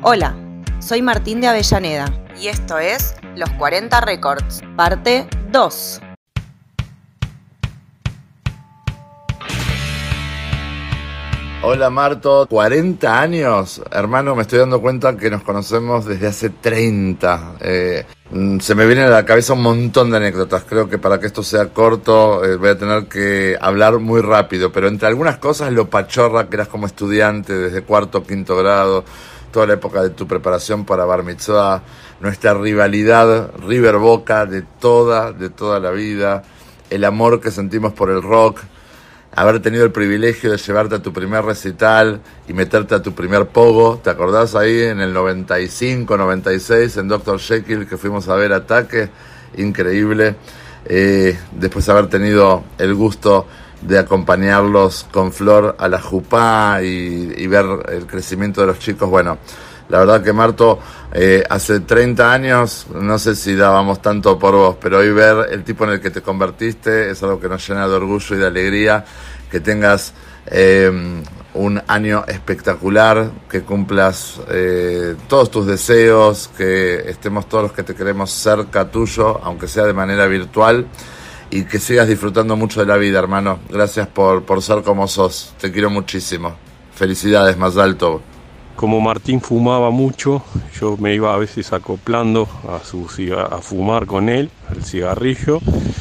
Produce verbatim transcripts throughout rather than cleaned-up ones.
Hola, soy Martín de Avellaneda y esto es Los cuarenta Records, parte dos. Hola Marto, cuarenta años, hermano, me estoy dando cuenta que nos conocemos desde hace treinta. Eh, se me viene a la cabeza un montón de anécdotas, creo que para que esto sea corto eh, voy a tener que hablar muy rápido, pero entre algunas cosas lo pachorra que eras como estudiante desde cuarto o quinto grado, toda la época de tu preparación para Bar Mitzvah, nuestra rivalidad River Boca de toda, de toda la vida, el amor que sentimos por el rock, haber tenido el privilegio de llevarte a tu primer recital y meterte a tu primer pogo. ¿Te acordás ahí en el noventa y cinco, noventa y seis en doctor Jekyll que fuimos a ver Ataque? Increíble. Eh, después de haber tenido el gusto de acompañarlos con Flor a la Jupá y, y ver el crecimiento de los chicos. Bueno, la verdad que Marto, eh, hace treinta años, no sé si dábamos tanto por vos, pero hoy ver el tipo en el que te convertiste es algo que nos llena de orgullo y de alegría. Que tengas eh, un año espectacular, que cumplas eh, todos tus deseos, que estemos todos los que te queremos cerca tuyo, aunque sea de manera virtual, y que sigas disfrutando mucho de la vida, hermano. Gracias por, por ser como sos, te quiero muchísimo. Felicidades, más alto. Como Martín fumaba mucho, yo me iba a veces acoplando a, su, a fumar con él, al cigarrillo,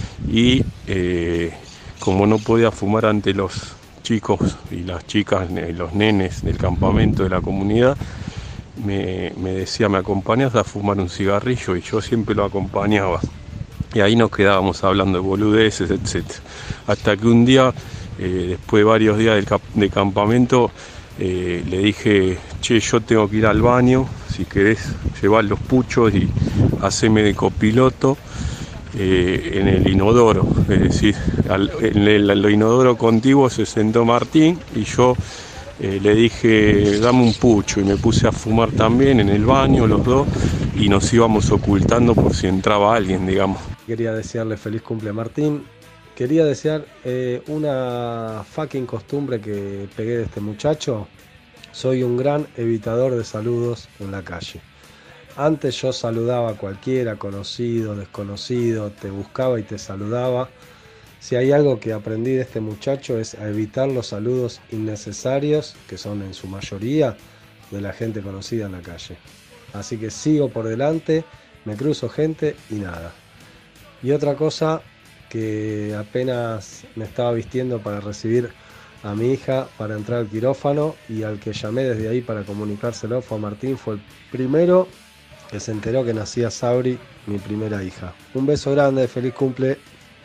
y eh, como no podía fumar ante los chicos y las chicas, los nenes del campamento de la comunidad, me, me decía, ¿me acompañas a fumar un cigarrillo? Y yo siempre lo acompañaba. Y ahí nos quedábamos hablando de boludeces, etcétera. Hasta que un día, eh, después de varios días del cap- de campamento, Eh, le dije, che, yo tengo que ir al baño, si querés llevar los puchos y haceme de copiloto eh, en el inodoro. Es decir, al, en el, el inodoro contiguo se sentó Martín y yo eh, le dije, dame un pucho, y me puse a fumar también en el baño los dos y nos íbamos ocultando por si entraba alguien, digamos. Quería desearle feliz cumple a Martín. Quería desear eh, una fucking costumbre que pegué de este muchacho. Soy un gran evitador de saludos en la calle. Antes yo saludaba a cualquiera, conocido, desconocido, te buscaba y te saludaba. Si hay algo que aprendí de este muchacho es a evitar los saludos innecesarios, que son en su mayoría de la gente conocida en la calle. Así que sigo por delante, me cruzo gente y nada. Y otra cosa, que apenas me estaba vistiendo para recibir a mi hija para entrar al quirófano, y al que llamé desde ahí para comunicárselo fue a Martín. Fue el primero que se enteró que nacía Sabri, mi primera hija. Un beso grande, feliz cumple.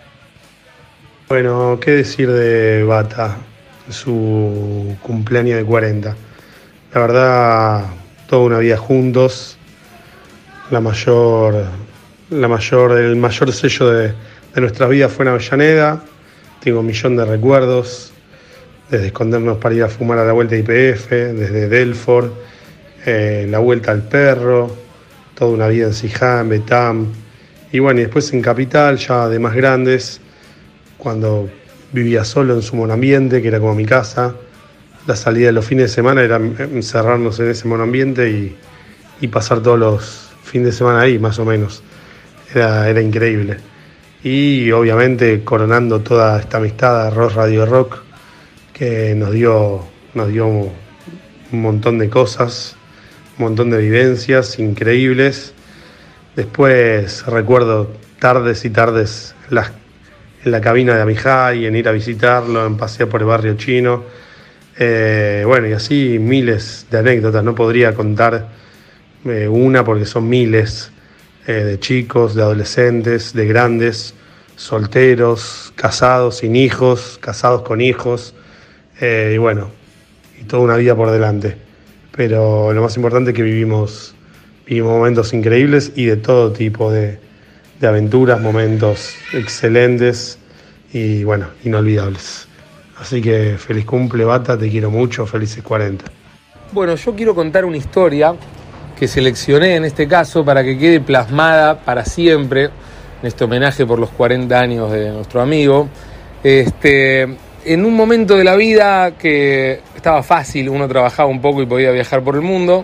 Bueno, qué decir de Bata, su cumpleaños de cuarenta. La verdad, toda una vida juntos, la mayor, la mayor, el mayor sello de de nuestras vidas fue en Avellaneda. Tengo un millón de recuerdos, desde escondernos para ir a fumar a la vuelta de I P F, desde Delford, eh, la vuelta al perro, toda una vida en Siján, Betam, y bueno, y después en Capital, ya de más grandes, cuando vivía solo en su monoambiente, que era como mi casa. La salida de los fines de semana era encerrarnos en ese monoambiente y, y pasar todos los fines de semana ahí, más o menos. Era, era increíble. Y obviamente coronando toda esta amistad a Ross Radio Rock, que nos dio, nos dio un montón de cosas, un montón de vivencias increíbles. Después recuerdo tardes y tardes en la, en la cabina de Amijay, en ir a visitarlo, en pasear por el barrio chino. Eh, bueno, y así miles de anécdotas, no podría contar eh, una porque son miles. Eh, de chicos, de adolescentes, de grandes, solteros, casados, sin hijos, casados con hijos, eh, y bueno, y toda una vida por delante. Pero lo más importante es que vivimos, vivimos momentos increíbles y de todo tipo de, de aventuras, momentos excelentes y bueno, inolvidables. Así que feliz cumple, Bata, te quiero mucho, felices cuarenta. Bueno, yo quiero contar una historia que seleccioné en este caso para que quede plasmada para siempre en este homenaje por los cuarenta años de nuestro amigo. Este, en un momento de la vida que estaba fácil, uno trabajaba un poco y podía viajar por el mundo,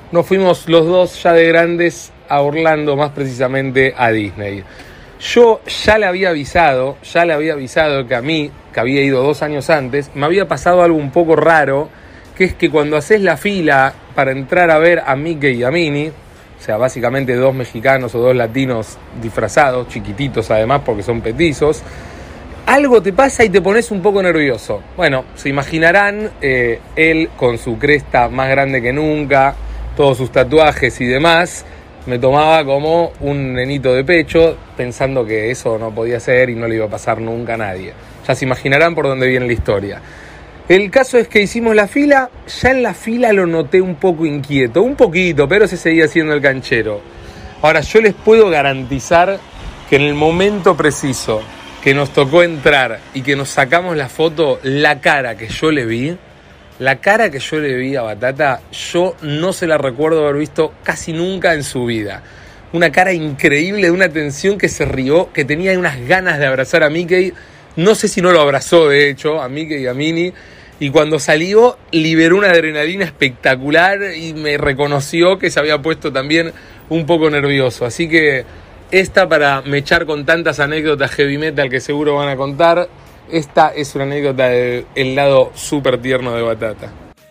nos fuimos los dos ya de grandes a Orlando, más precisamente a Disney. Yo ya le había avisado, ya le había avisado que a mí, que había ido dos años antes, me había pasado algo un poco raro, que es que cuando haces la fila para entrar a ver a Mickey y a Minnie, o sea, básicamente dos mexicanos o dos latinos disfrazados, chiquititos además porque son petizos, algo te pasa y te pones un poco nervioso. Bueno, se imaginarán, eh, él con su cresta más grande que nunca, todos sus tatuajes y demás, me tomaba como un nenito de pecho, pensando que eso no podía ser y no le iba a pasar nunca a nadie. Ya se imaginarán por dónde viene la historia. El caso es que hicimos la fila, ya en la fila lo noté un poco inquieto, un poquito, pero se seguía haciendo el canchero. Ahora, yo les puedo garantizar que en el momento preciso que nos tocó entrar y que nos sacamos la foto, la cara que yo le vi, la cara que yo le vi a Batata, yo no se la recuerdo haber visto casi nunca en su vida. Una cara increíble, de una tensión, que se rió, que tenía unas ganas de abrazar a Mickey. No sé si no lo abrazó, de hecho, a Mickey y a Minnie. Y cuando salió, liberó una adrenalina espectacular y me reconoció que se había puesto también un poco nervioso. Así que esta, para mechar con tantas anécdotas heavy metal que seguro van a contar, esta es una anécdota del lado súper tierno de Batata.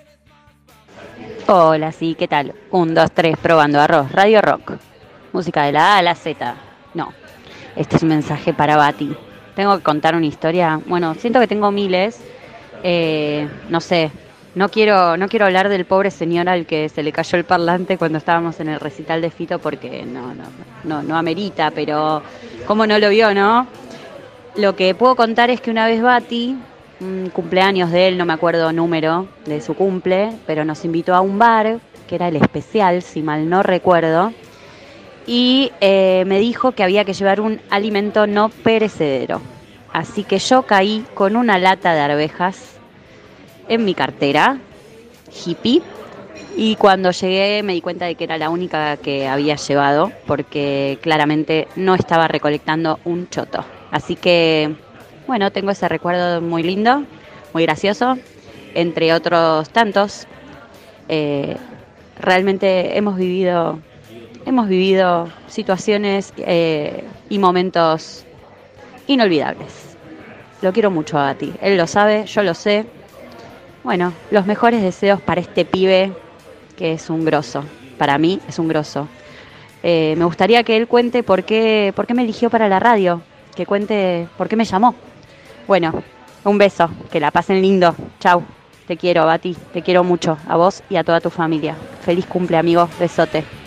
Hola, sí, ¿qué tal? Un, dos, tres, probando arroz, Radio Rock. Música de la A a la Z. No, este es un mensaje para Bati. Tengo que contar una historia. Bueno, siento que tengo miles. Eh, no sé, no quiero, no quiero hablar del pobre señor al que se le cayó el parlante cuando estábamos en el recital de Fito, porque no, no, no, no amerita, pero cómo no lo vio, ¿no? Lo que puedo contar es que una vez Bati, un cumpleaños de él, no me acuerdo número de su cumple, pero nos invitó a un bar, que era el Especial, si mal no recuerdo, y eh, me dijo que había que llevar un alimento no perecedero. Así que yo caí con una lata de arvejas en mi cartera, hippie, y cuando llegué me di cuenta de que era la única que había llevado, porque claramente no estaba recolectando un choto. Así que, bueno, tengo ese recuerdo muy lindo, muy gracioso, entre otros tantos. Eh, realmente hemos vivido, hemos vivido situaciones eh, y momentos inolvidables. Lo quiero mucho a Bati, él lo sabe, yo lo sé. Bueno, los mejores deseos para este pibe, que es un grosso. Para mí es un grosso. Eh, me gustaría que él cuente por qué, por qué me eligió para la radio, que cuente por qué me llamó. Bueno, un beso, que la pasen lindo. Chau, te quiero, Bati, te quiero mucho, a vos y a toda tu familia. Feliz cumple, amigo, besote.